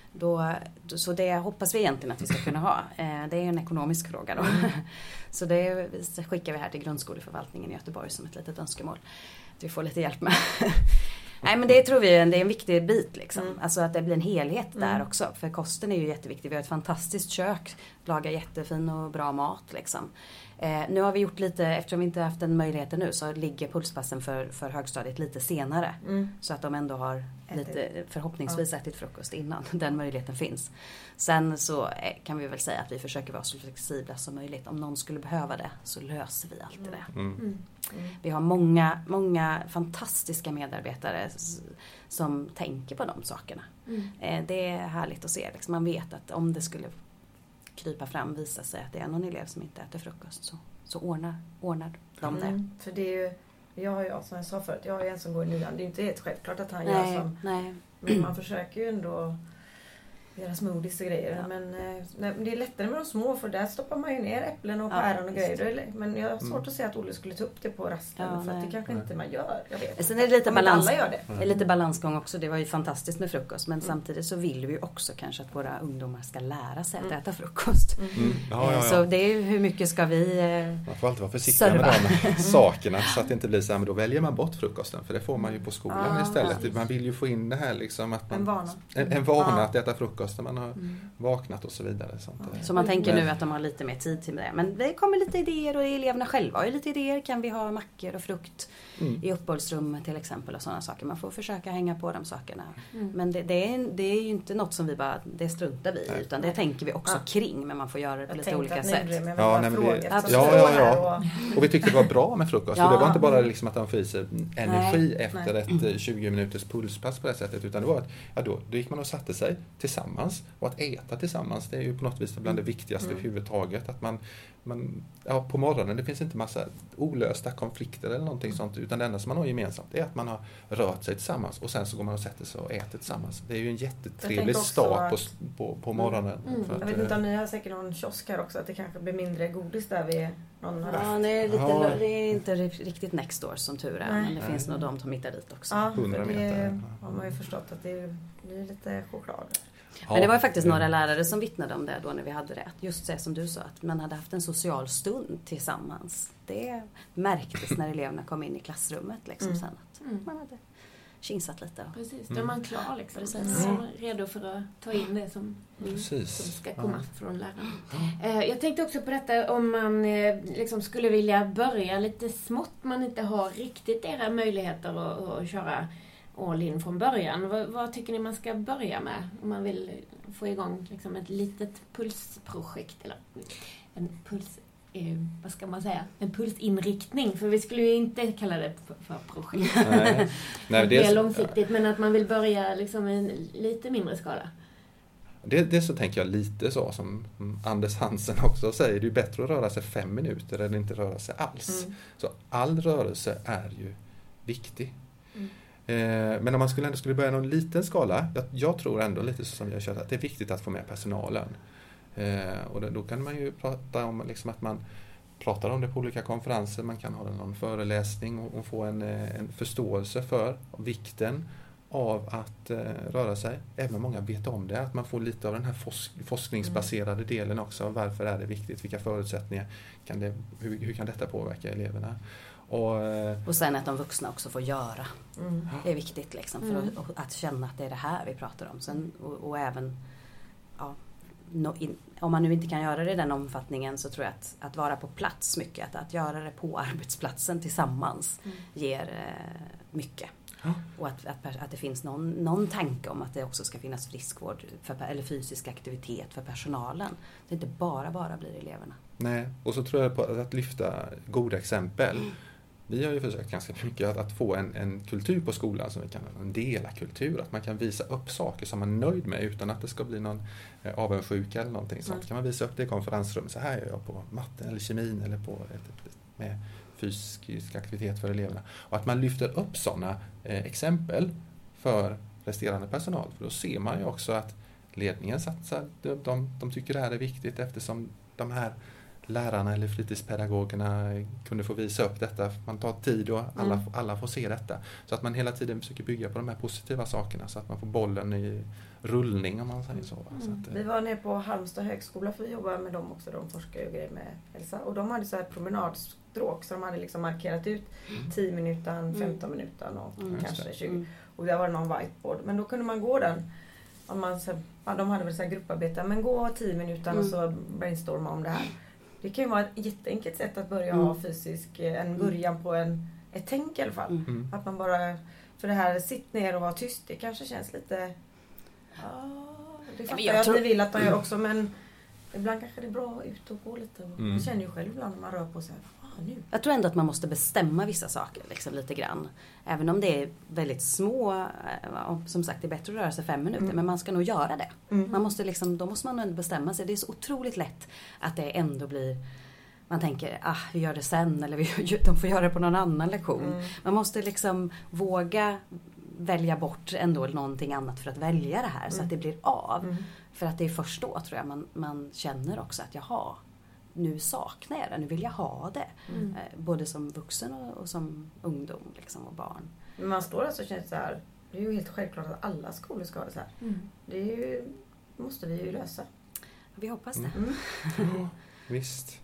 Så det hoppas vi egentligen att vi ska kunna ha. Det är en ekonomisk fråga då. Så det skickar vi här till grundskoleförvaltningen i Göteborg som ett litet önskemål. Att vi får lite hjälp med. Nej, men det tror vi är en viktig bit liksom. Alltså att det blir en helhet där också. För kosten är ju jätteviktig. Vi har ett fantastiskt kök. Lagar jättefin och bra mat liksom. Nu har vi gjort lite, eftersom vi inte haft den möjligheten nu, så ligger pulspassen för högstadiet lite senare. Så att de ändå har förhoppningsvis ätit frukost innan den möjligheten finns. Sen så kan vi väl säga att vi försöker vara så flexibla som möjligt. Om någon skulle behöva det så löser vi alltid det. Vi har många fantastiska medarbetare som tänker på de sakerna. Det är härligt att se. Liksom. Man vet att om det skulle krypa fram, visa sig att det är någon elev som inte äter frukost så ordnar de det. För det är ju, som jag sa förut, jag har en som går i 9:an. Det är inte helt självklart att han gör som. Nej. Men man försöker ju ändå göra smoothies och grejer. Ja. Men det är lättare med de små, för där stoppar man ju ner äpplen och päron och grejer. Men jag har svårt att säga att Olle skulle ta upp det på rasten. För att det kanske inte man gör. Jag vet. Sen är det lite balans. Alla gör det. Det är lite balansgång också. Det var ju fantastiskt med frukost. Men samtidigt så vill vi ju också kanske att våra ungdomar ska lära sig att äta frukost. Så det är ju hur mycket ska vi man får alltid vara försiktig med de sakerna så att det inte blir så här, men då väljer man bort frukosten. För det får man ju på skolan istället. Man vill ju få in det här liksom att man, en vana att äta frukost. frukost när man har vaknat och så vidare. Sånt. Så man tänker nu att de har lite mer tid till det. Men det kommer lite idéer och eleverna själva har ju lite idéer. Kan vi ha mackor och frukt i uppehållsrummet till exempel och sådana saker. Man får försöka hänga på de sakerna. Men det är ju inte något som vi bara, det struntar vi i. Utan det tänker vi också kring, men man får göra det på lite olika sätt. Och vi tyckte det var bra med frukost. Ja. Det var inte bara liksom att de får i sig energi efter ett 20 minuters pulspass på det sättet. Utan det var att då gick man och satte sig tillsammans. Och att äta tillsammans, det är ju på något vis bland det viktigaste överhuvudtaget. Att man på morgonen, det finns inte massa olösta konflikter eller någonting sånt. Utan det enda som man har gemensamt är att man har rört sig tillsammans. Och sen så går man och sätter sig och äter tillsammans. Det är ju en jättetrevlig start på morgonen. Jag vet inte om ni har säkert någon kiosk här också. Att det kanske blir mindre godis där vid någon... Ja, det är inte riktigt next door som tur är. Men det finns nog de som hittar dit också. Ja, 100 meter. Har man ju förstått att det blir lite choklad. Men det var ju faktiskt några lärare som vittnade om det då när vi hade det. Just det som du sa, att man hade haft en social stund tillsammans. Det märktes när eleverna kom in i klassrummet liksom sen att man hade kinsat lite. Precis, då är man klar liksom. Precis. Redo för att ta in det som ska komma från läraren. Jag tänkte också på detta om man liksom skulle vilja börja lite smått. Man inte har riktigt era möjligheter att köra all in från början. Vad tycker ni man ska börja med om man vill få igång liksom ett litet pulsprojekt eller en puls, vad ska man säga, en pulsinriktning, för vi skulle ju inte kalla det för projekt. Nej, det är långsiktigt, men att man vill börja liksom i en lite mindre skala. Det så tänker jag lite så som Anders Hansen också säger, det är bättre att röra sig 5 minuter än inte röra sig alls. Så all rörelse är ju viktig. Men om man skulle börja någon liten skala, jag tror ändå lite som jag kört att det är viktigt att få med personalen. Och då kan man ju prata om liksom att man pratar om det på olika konferenser, man kan ha någon föreläsning och få en förståelse för vikten av att röra sig. Även om många vet om det, att man får lite av den här forskningsbaserade delen också. Varför är det viktigt? Vilka förutsättningar hur kan detta påverka eleverna? Och sen att de vuxna också får göra. Det är viktigt liksom, för att känna att det är det här vi pratar om. Sen, och även om man nu inte kan göra det i den omfattningen, så tror jag att vara på plats mycket, att göra det på arbetsplatsen tillsammans ger mycket. Och att det finns någon tanke om att det också ska finnas friskvård eller fysisk aktivitet för personalen. Det inte bara blir eleverna. Nej, och så tror jag på att lyfta goda exempel. Vi har ju försökt ganska mycket att få en kultur på skolan som vi kan, en delakultur, att man kan visa upp saker som man är nöjd med utan att det ska bli någon avundsjuka eller någonting sånt. Kan man visa upp det i konferensrum, så här gör jag på matten eller kemin eller på med fysisk aktivitet för eleverna. Och att man lyfter upp sådana exempel för resterande personal, för då ser man ju också att ledningen satsar, de tycker det här är viktigt eftersom de här lärarna eller fritidspedagogerna kunde få visa upp detta. Man tar tid och alla får se detta. Så att man hela tiden försöker bygga på de här positiva sakerna så att man får bollen i rullning, om man säger så. Så att, vi var nere på Halmstad högskola för vi jobbar med dem också. De forskar ju grejer med hälsa. Och de hade så här promenadstråk så de hade liksom markerat ut 10 minuter, 15 minuter och kanske 20. Och där var det någon whiteboard. Men då kunde man gå den. Om man, de hade väl så här grupparbete. Men gå 10 minuter och så brainstorma om det här. Det kan ju vara ett jätteenkelt sätt att börja ha en början på ett tänk i alla fall. Att man bara, för det här sitt ner och vara tyst, det kanske känns lite... det fattar jag att ni vill att de gör också, men ibland kanske det är bra att ut och gå lite. Jag känner ju själv ibland när man rör på sig. Nu. Jag tror ändå att man måste bestämma vissa saker liksom, lite grann. Även om det är väldigt små, som sagt det är bättre att röra sig 5 minuter, men man ska nog göra det. Man måste liksom, då måste man ändå bestämma sig. Det är så otroligt lätt att det ändå blir, man tänker, vi gör det sen, eller de får göra det på någon annan lektion. Man måste liksom våga välja bort ändå någonting annat för att välja det här, så att det blir av. För att det är först då tror jag man känner också att nu saknar jag det, nu vill jag ha det. Både som vuxen och som ungdom liksom, och barn. Men man står alltså och känner så här, det är ju helt självklart att alla skolor ska ha det så här. Det är ju, måste vi ju lösa. Vi hoppas det. Ja, visst.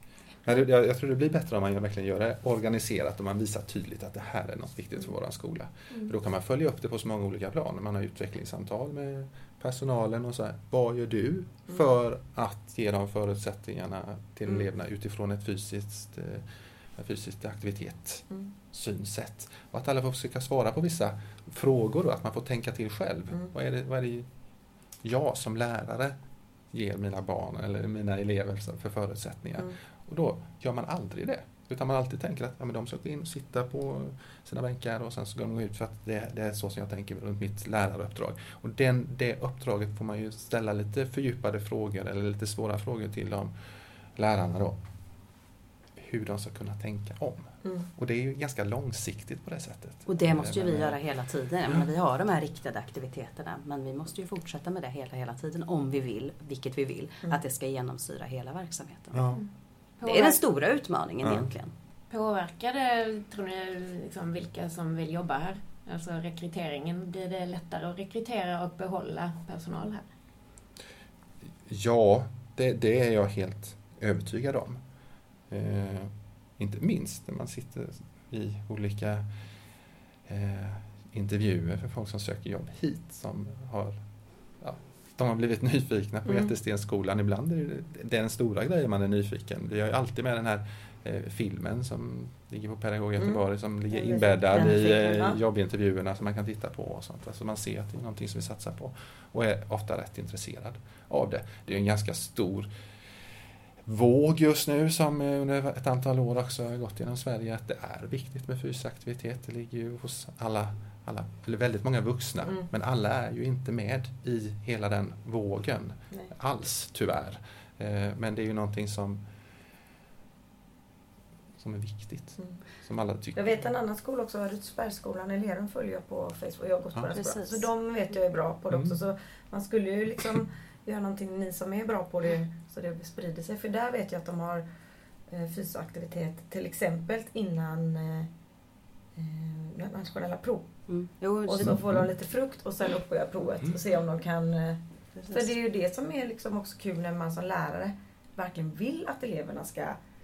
Jag tror det blir bättre om man verkligen gör det organiserat och man visar tydligt att det här är något viktigt för vår skola. För då kan man följa upp det på så många olika plan. Man har utvecklingssamtal med personalen och så här. Vad gör du för att ge de förutsättningarna till eleverna utifrån ett fysiskt aktivitet, synsätt. Och att alla får försöka svara på vissa frågor och att man får tänka till själv. Vad är det jag som lärare ger mina barn eller mina elever för förutsättningar? Och då gör man aldrig det. Utan man alltid tänker att men de ska gå in och sitta på sina bänkar och sen så går de ut för att det är så som jag tänker runt mitt läraruppdrag. Och det uppdraget får man ju ställa lite fördjupade frågor eller lite svåra frågor till de lärarna då. Hur de ska kunna tänka om. Och det är ju ganska långsiktigt på det sättet. Och det måste ju vi göra hela tiden. Men vi har de här riktade aktiviteterna. Men vi måste ju fortsätta med det hela tiden om vi vill, vilket vi vill, att det ska genomsyra hela verksamheten. Ja. Det är den stora utmaningen egentligen. Påverkar det, tror ni, liksom, vilka som vill jobba här? Alltså rekryteringen, blir det lättare att rekrytera och behålla personal här? Ja, det är jag helt övertygad om. Inte minst när man sitter i olika intervjuer för folk som söker jobb hit som de har blivit nyfikna på Jättestensskolan. Ibland är det den stora grejen man är nyfiken. Vi har ju alltid med den här filmen som ligger på Pedagog Göteborg som ligger inbäddad i jobbintervjuerna som man kan titta på och sånt. Alltså man ser att det är någonting som vi satsar på och är ofta rätt intresserad av det. Det är en ganska stor våg just nu som under ett antal år också har gått genom Sverige att det är viktigt med fysisk aktivitet. Det ligger ju hos alla eller väldigt många vuxna, men alla är ju inte med i hela den vågen alls tyvärr. Men det är ju någonting som är viktigt. Som alla tycker. Jag vet en annan skola också, Rutsbergsskolan i Lerum följer jag på Facebook. Jag har gått på den skolan. Så de vet jag är bra på det också. Så man skulle ju liksom göra någonting ni som är bra på det så det sprider sig. För där vet jag att de har fysisk aktivitet till exempel innan nationella prov. Och så får de lite frukt och sen uppbörjar provet och se om de kan... För det är ju det som är liksom också kul när man som lärare verkligen vill att eleverna ska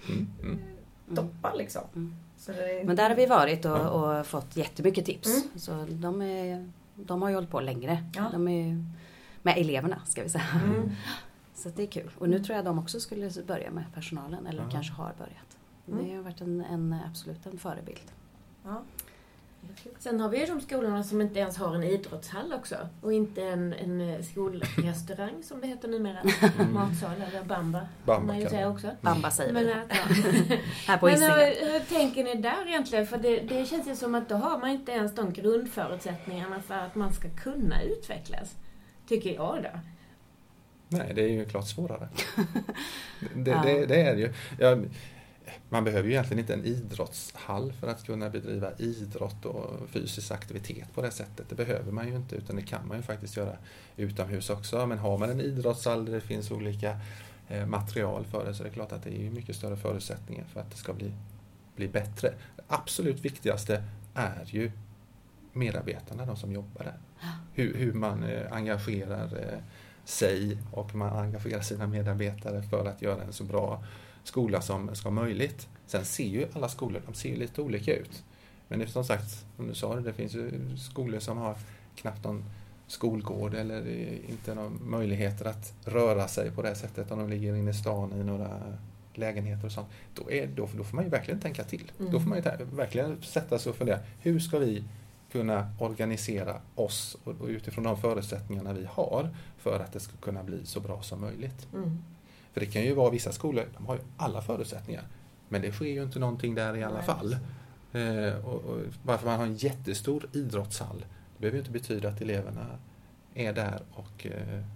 toppa liksom. Så men där har vi varit och fått jättemycket tips. Så de har ju hållit på längre. Ja. De är med eleverna ska vi säga. Så det är kul. Och nu tror jag de också skulle börja med personalen eller kanske har börjat. Det har varit absolut en förebild. Ja. Sen har vi ju de skolorna som inte ens har en idrottshall också. Och inte en skolrestaurang som det heter numera. Matsal eller Bamba. Bamba man ju säga också. Bamba säger vi. Här på Hisingen. Men hur tänker ni där egentligen? För det känns ju som att då har man inte ens de grundförutsättningarna för att man ska kunna utvecklas. Tycker jag då. Nej, det är ju klart svårare. Det är det ju. Man behöver ju egentligen inte en idrottshall för att kunna bedriva idrott och fysisk aktivitet på det sättet. Det behöver man ju inte, utan det kan man ju faktiskt göra utomhus också. Men har man en idrottshall där det finns olika material för det så är det klart att det är ju mycket större förutsättningar för att det ska bli bättre. Det absolut viktigaste är ju medarbetarna, de som jobbar där. Hur man engagerar sig och man engagerar sina medarbetare för att göra en så bra skola som möjligt. Sen ser ju alla skolor, de ser ju lite olika ut. Men det, som sagt, som du sa, det finns ju skolor som har knappt någon skolgård eller inte någon möjligheter att röra sig på det sättet om de ligger inne i stan i några lägenheter och sånt. Då får man ju verkligen tänka till. Då får man ju verkligen sätta sig och fundera, hur ska vi kunna organisera oss och utifrån de förutsättningarna vi har för att det ska kunna bli så bra som möjligt. För det kan ju vara vissa skolor, de har ju alla förutsättningar. Men det sker ju inte någonting där i alla fall. Och bara för att man har en jättestor idrottshall, det behöver ju inte betyda att eleverna är där och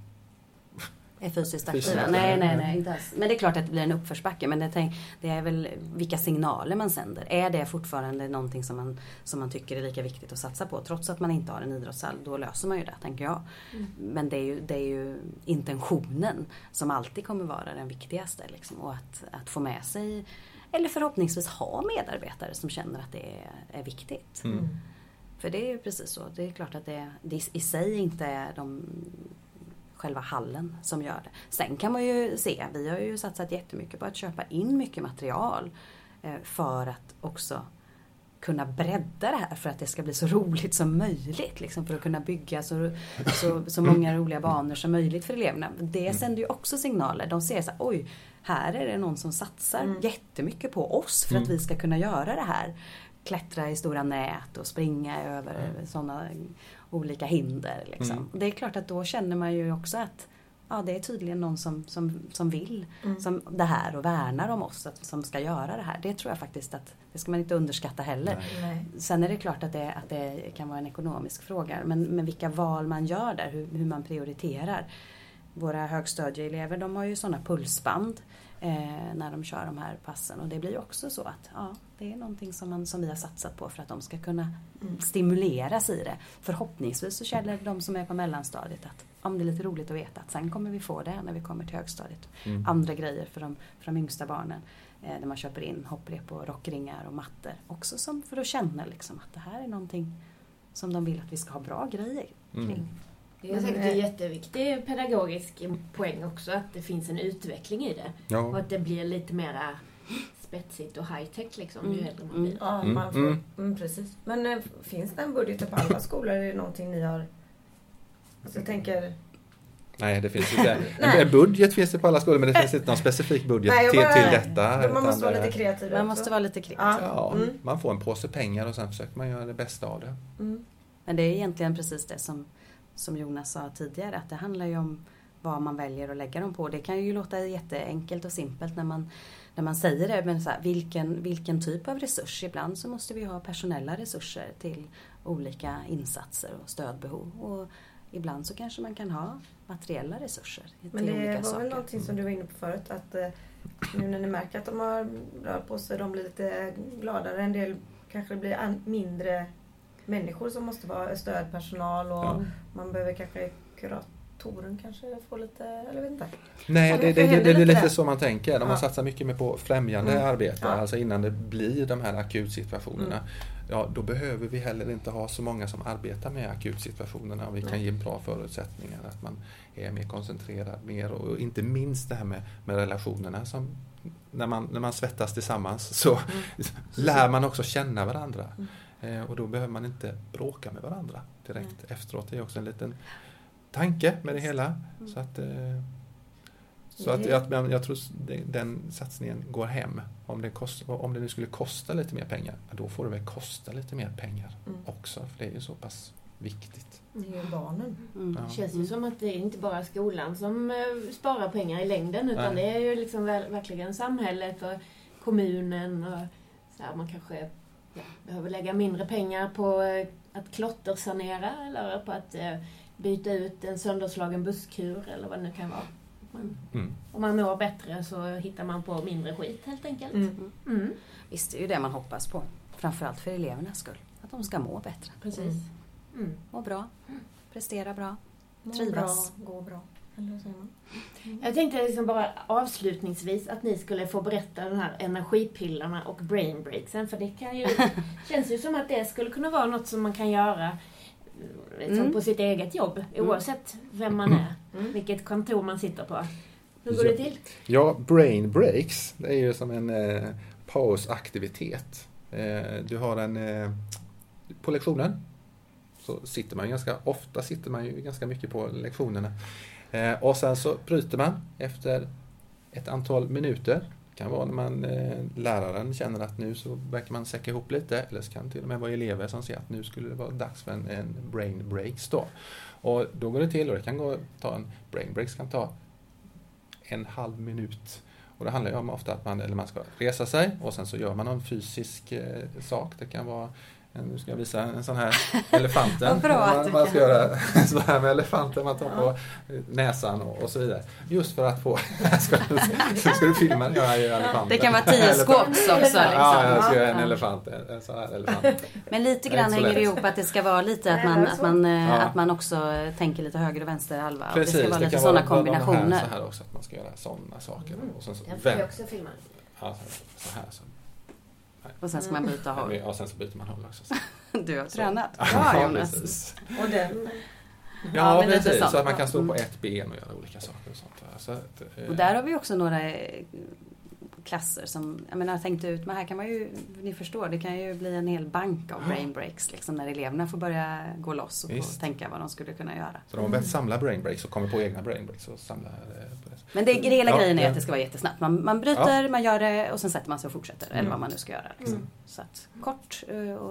är fysiskt aktiva. Nej, inte alls. Men det är klart att det blir en uppförsbacke. Men det är väl vilka signaler man sänder. Är det fortfarande någonting som man tycker är lika viktigt att satsa på? Trots att man inte har en idrottshall, då löser man ju det, tänker jag. Men det är ju intentionen som alltid kommer vara den viktigaste. Liksom. Och att få med sig, eller förhoppningsvis ha medarbetare som känner att det är viktigt. För det är ju precis så. Det är klart att det i sig inte är de själva hallen som gör det. Sen kan man ju se, vi har ju satsat jättemycket på att köpa in mycket material för att också kunna bredda det här för att det ska bli så roligt som möjligt. Liksom, för att kunna bygga så många roliga banor som möjligt för eleverna. Det sänder ju också signaler. De ser så här, oj, här är det någon som satsar jättemycket på oss för att vi ska kunna göra det här. Klättra i stora nät och springa över sådana olika hinder. Liksom. Det är klart att då känner man ju också att det är tydligen någon som vill som det här och värnar om oss som ska göra det här. Det tror jag faktiskt att det ska man inte underskatta heller. Nej. Sen är det klart att det kan vara en ekonomisk fråga. Men vilka val man gör där, hur man prioriterar. Våra högstadieelever, de har ju sådana pulsband när de kör de här passen. Och det blir också så att det är någonting som vi har satsat på för att de ska kunna stimuleras i det. Förhoppningsvis så känner de som är på mellanstadiet att det är lite roligt att veta att sen kommer vi få det när vi kommer till högstadiet. Andra grejer för de yngsta barnen. När man köper in hopprep och rockringar och mattor. Också som för att känna liksom att det här är någonting som de vill att vi ska ha bra grejer kring. Det är säkert en jätteviktig pedagogisk poäng också att det finns en utveckling i det. Ja. Och att det blir lite mera spetsigt och high-tech liksom, ju äldre man blir. Ja, man får, precis. Men finns det en budget på alla skolor? Är det någonting ni har... Alltså, jag tänker... Nej, det finns inte. En budget finns det på alla skolor, men det finns inte någon specifik budget till detta. Man måste vara lite kreativ. Man måste vara lite kreativ. Ja, man får en påse pengar och sen försöker man göra det bästa av det. Men det är egentligen precis det som Jonas sa tidigare, att det handlar ju om vad man väljer att lägga dem på. Det kan ju låta jätteenkelt och simpelt när man säger det, men så här, vilken typ av resurs? Ibland så måste vi ha personella resurser till olika insatser och stödbehov. Och ibland så kanske man kan ha materiella resurser till olika saker. Men det var väl någonting som du var inne på förut, att nu när ni märker att de har rört på sig, de blir lite gladare, en del kanske det blir mindre människor som måste vara stödpersonal och man behöver kanske kuratoren kanske få lite, eller vet inte. Nej, det är lite så man tänker. De har satsat mycket mer på främjande arbete, alltså innan det blir de här akutsituationerna. Då behöver vi heller inte ha så många som arbetar med akutsituationerna och vi kan ge bra förutsättningar att man är mer koncentrerad mer och inte minst det här med relationerna som när man svettas tillsammans så lär man också känna varandra. Och då behöver man inte bråka med varandra direkt efteråt. Det är också en liten tanke med det hela. Så att jag tror den satsningen går hem. Om det nu skulle kosta lite mer pengar, då får det väl kosta lite mer pengar också. För det är ju så pass viktigt. Det är ju barnen. Det känns ju som att det är inte bara skolan som sparar pengar i längden, utan det är ju liksom verkligen samhället och kommunen. Och så här, man kanske behöver lägga mindre pengar på att klottersanera eller på att byta ut en sönderslagen busskur eller vad det nu kan vara. Om man mår bättre så hittar man på mindre skit helt enkelt. Visst, det är ju det man hoppas på. Framförallt för elevernas skull. Att de ska må bättre. Precis. Må bra. Prestera bra. Trivas. Gå bra. Eller vad säger man? Jag tänkte liksom bara avslutningsvis att ni skulle få berätta den här energipillarna och brain breaksen. För det kan ju, känns ju som att det skulle kunna vara något som man kan göra liksom på sitt eget jobb. Oavsett vem man är. Vilket kontor man sitter på. Hur går det till? Ja, brain breaks. Det är ju som en pausaktivitet. Du har på lektionen. Så sitter man ganska mycket på lektionerna. Och sen så bryter man efter ett antal minuter. Det kan vara när läraren känner att nu så verkar man säcka ihop lite. Eller så kan det till och med vara elever som säger att nu skulle det vara dags för en brain breaks då. Och då går det till och det kan en brain breaks kan ta en halv minut. Och det handlar ju om ofta att man ska resa sig och sen så gör man någon fysisk sak. Det kan vara nu ska jag visa en sån här elefanten. Man ska göra så här med elefanten. Man tar på näsan och så vidare. Just för att få... ska du filma den? Jag är elefanten. Det kan vara 10 squats också. Liksom. Ja, jag ska göra en elefant. En sån här elefant. Men lite grann hänger det ihop att det ska vara lite att man också tänker lite höger och vänster halva. Precis, det ska vara lite sådana kombinationer. Så här också, att man ska göra sådana saker. Och sen så jag får också filma. Ja, så här så. Och sen ska man byta håll. Ja, sen så byter man håll också. Du har tränat. Ja, Jonas. Och den Ja, men lite precis. sånt. Så att man kan stå på ett ben och göra olika saker och sånt. Så att, Och där har vi också några klasser som, jag menar, tänkt ut, men här kan man ju, ni förstår, det kan ju bli en hel bank av brain breaks liksom, när eleverna får börja gå loss och få tänka vad de skulle kunna göra. Så de har börjat samla brain breaks och kommer på egna brain breaks och samla på det. Men det hela grejen är att det ska vara jättesnabbt. Man bryter, man gör det och sen sätter man sig och fortsätter. Eller vad man nu ska göra. Liksom. Så att kort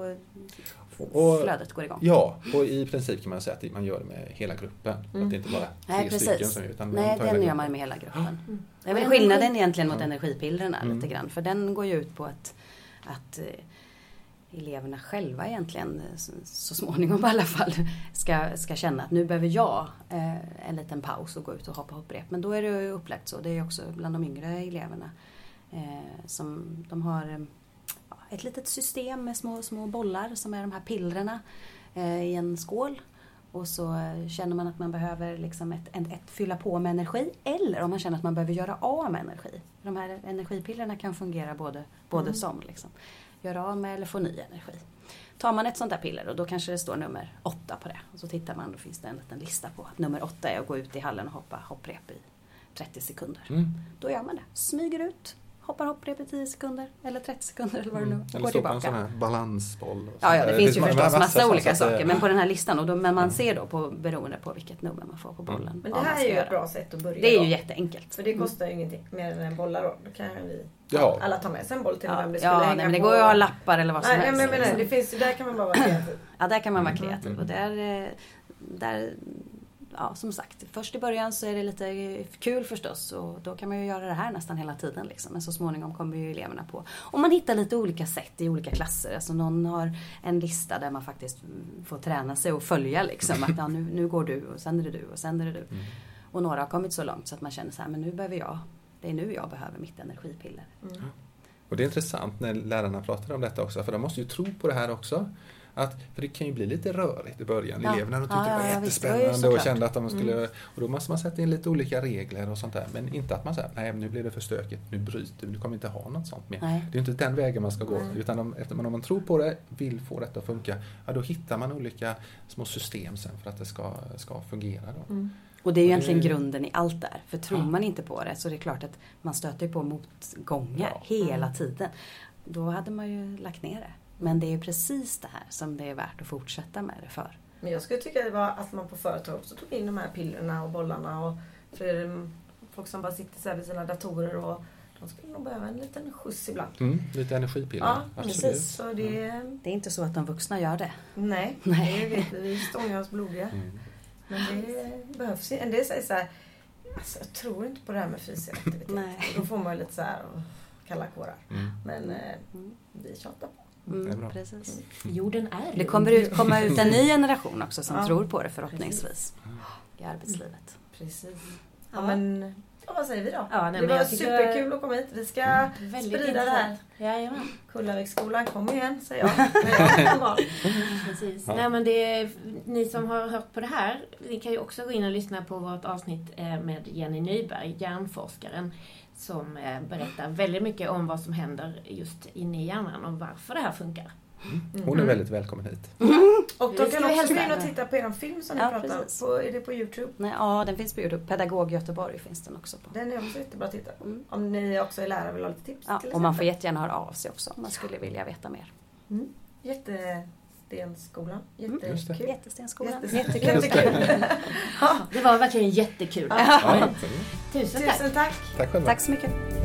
och flödet går igång. Ja, och i princip kan man säga att man gör det med hela gruppen. Att det är inte bara 3 stycken som utan den gör man med hela gruppen. Det är väl skillnaden egentligen mot energipillrarna lite grann. För den går ju ut på att eleverna själva egentligen så småningom i alla fall ska känna att nu behöver jag en liten paus och gå ut och hoppa hopprep. Men då är det upplagt så. Det är också bland de yngre eleverna som de har ett litet system med små bollar som är de här pillrarna i en skål. Och så känner man att man behöver liksom fylla på med energi. Eller om man känner att man behöver göra av med energi. De här energipillerna kan fungera både som. Liksom. Göra av med eller få ny energi. Tar man ett sånt där piller och då kanske det står nummer 8 på det. Och så tittar man, då finns det en liten lista på att nummer 8 är att gå ut i hallen och hoppa hopprep i 30 sekunder. Då gör man det. Smyger ut. Hoppar hopprep i 10 sekunder eller 30 sekunder eller vad det nu eller går tillbaka. Eller en sån här balansboll. Ja, det finns ju förstås massa olika saker. Men på den här listan, men man ser då beroende på vilket nummer man får på bollen. Men det här är ju ett bra sätt att börja. Det är ju jätteenkelt. För det kostar ju ingenting mer än en bollar då. Då kan vi alla ta med sig en boll till vem det skulle hänga men det går ju att ha lappar eller vad som helst. Nej, men det finns ju, där kan man bara vara kreativ. Ja, där kan man vara kreativ. Och där ja, som sagt, först i början så är det lite kul förstås och då kan man ju göra det här nästan hela tiden liksom. Men så småningom kommer ju eleverna på. Och man hittar lite olika sätt i olika klasser. Alltså någon har en lista där man faktiskt får träna sig och följa liksom. Att nu går du och sen är det du och sen är det du. Och några har kommit så långt så att man känner så här, men nu behöver jag, det är nu jag behöver mitt energipiller. Och det är intressant när lärarna pratar om detta också, för de måste ju tro på det här också. För det kan ju bli lite rörigt i början. Eleverna tyckte det var jättespännande och kände att de skulle... Och då måste man sätta in lite olika regler och sånt där. Men inte att man säger, nej nu blir det för stökigt, nu bryter vi, nu kommer vi inte ha något sånt mer. Nej. Det är inte den vägen man ska gå. Utan om man tror på det, vill få detta att funka, då hittar man olika små system sen för att det ska fungera. Då. Och det är ju egentligen grunden i allt där. För tror man inte på det så är det klart att man stöter på motgångar hela tiden. Då hade man ju lagt ner det. Men det är ju precis det här som det är värt att fortsätta med det för. Men jag skulle tycka det var att man på företag också tog in de här pillerna och bollarna. Och för folk som bara sitter så här vid sina datorer och de skulle nog behöva en liten skjuts ibland. Lite energipiller. Ja, precis. Så det är inte så att de vuxna gör det. Nej. Det vet vi. Vi stångar oss blodiga. Men det behövs. En del säger så här, alltså, jag tror inte på det här med fysisk aktivitet. Nej. Då får man ju lite så här kalla kårar. Men vi tjatar på. Det är bra. Precis. Jorden är det kommer ut en ny generation också som tror på det förhoppningsvis i arbetslivet. Precis. Ja, men vad säger vi då? Ja, det var superkul att komma hit. Vi ska sprida det här. Jajamän. Kullaviksskolan, kom igen, säger jag. Precis. Nej, men ni som har hört på det här, ni kan ju också gå in och lyssna på vårt avsnitt med Jenny Nyberg, hjärnforskaren, som berättar väldigt mycket om vad som händer just inne i hjärnan och varför det här funkar. Hon är väldigt välkommen hit. Och då kan också gå in och titta på er film som ni pratar om. Är det på YouTube? Nej, ja, den finns på YouTube. Pedagog Göteborg finns den också på. Den är också jättebra att titta på. Om ni också är lärare och vill ha lite tips. Ja, och man får jättegärna höra av sig också om man skulle vilja veta mer. Jättestenskolan. Jättekul. Jättestenskolan. Jättekul. Det var verkligen jättekul. Tusen tack. Tack själva. Tack så mycket.